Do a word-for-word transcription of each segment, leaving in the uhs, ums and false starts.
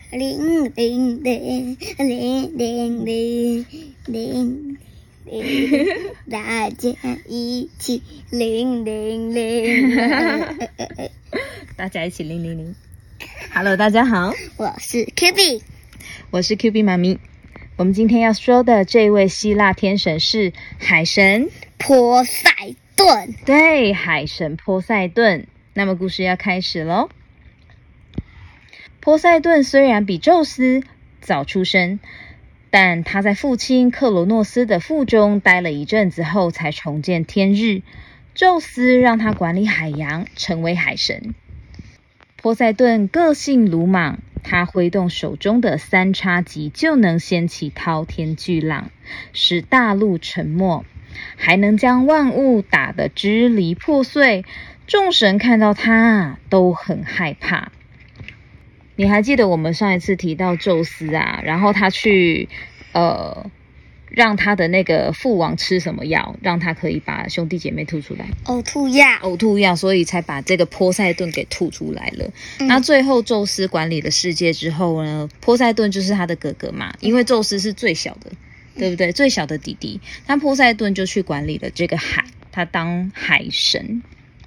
铃铃铃铃铃铃铃铃，大家一起铃铃铃。 大家一起铃铃铃。Hello， 大家好， 我是 Q B， 我是 Q B 妈咪。我们今天要说的这位希腊天神是海神波塞顿。 对，海神波塞顿。那么故事要开始咯。波塞顿虽然比宙斯早出生，但他在父亲克罗诺斯的腹中待了一阵子后才重见天日。宙斯让他管理海洋，成为海神。波塞顿个性鲁莽，他挥动手中的三叉戟就能掀起滔天巨浪，使大陆沉没，还能将万物打得支离破碎。众神看到他都很害怕。你还记得我们上一次提到宙斯啊，然后他去呃让他的那个父王吃什么药，让他可以把兄弟姐妹吐出来？ 呕吐药。 呕吐药，所以才把这个波塞顿给吐出来了。嗯、那最后宙斯管理了世界之后呢，波塞顿就是他的哥哥嘛，因为宙斯是最小的，对不对？最小的弟弟，那波塞顿就去管理了这个海，他当海神。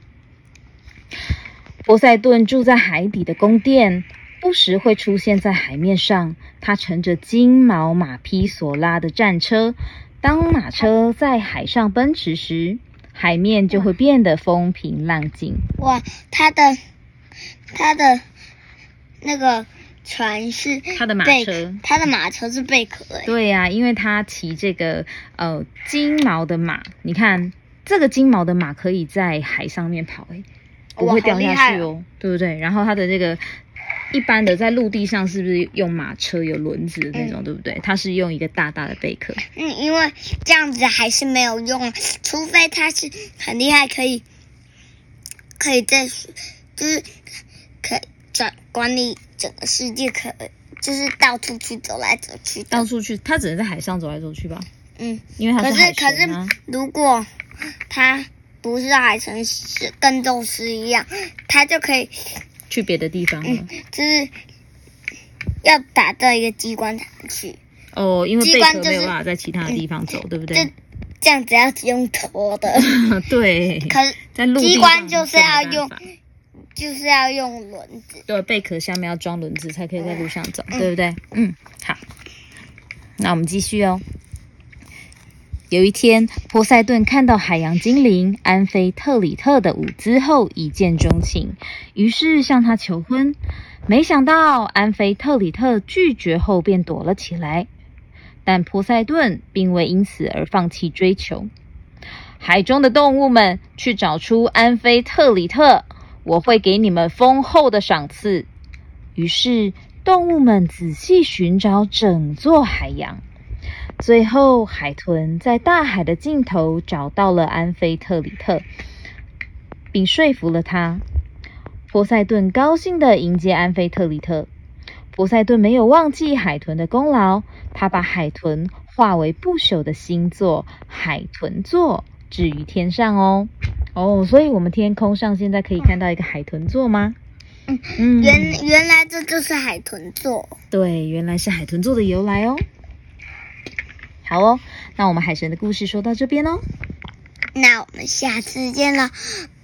波塞顿住在海底的宫殿，不时会出现在海面上。他乘着金毛马匹所拉的战车，当马车在海上奔驰时，海面就会变得风平浪静。 哇，他的他的那个船是他的马车， 他的马车是贝壳哎。 对呀、啊，因为他骑这个呃金毛的马，你看这个金毛的马可以在海上面跑哎。不会掉下去 哦, 哦对不对？然后它的这个一般的在陆地上是不是用马车有轮子的那种、嗯、对不对？它是用一个大大的贝壳。 嗯，因为这样子还是没有用，除非它是很厉害，可以可以在就是可以转管理整个世界，可就是到处去走来走去。 到处去，它只能在海上走来走去吧？ 嗯， 因为它是海神啊。 可是可是如果它不是海神，是跟宙斯一样，他就可以去别的地方了。 嗯，就是要打到一个机关才能去。 哦，因为贝壳没有办法在其他的地方走，嗯、对不对？ 这这样子要用拖的。 对。 可是在陆地机关就是要用，就是要用轮子。 对，贝壳下面要装轮子才可以在路上走，嗯、对不对？嗯，好。那我们继续哦。有一天，波塞顿看到海洋精灵安菲特里特的舞姿后一见钟情，于是向他求婚。没想到安菲特里特拒绝后便躲了起来，但波塞顿并未因此而放弃追求。海中的动物们，去找出安菲特里特，我会给你们丰厚的赏赐。于是动物们仔细寻找整座海洋。最后，海豚在大海的尽头找到了安菲特里特，并说服了他。波塞顿高兴地迎接安菲特里特。波塞顿没有忘记海豚的功劳，他把海豚化为不朽的星座海豚座，置于天上哦。哦，所以我们天空上现在可以看到一个海豚座吗？ 嗯，嗯原原来这就是海豚座。 对，原来是海豚座的由来哦。好哦，那我们海神的故事说到这边哦。 那我们下次见了，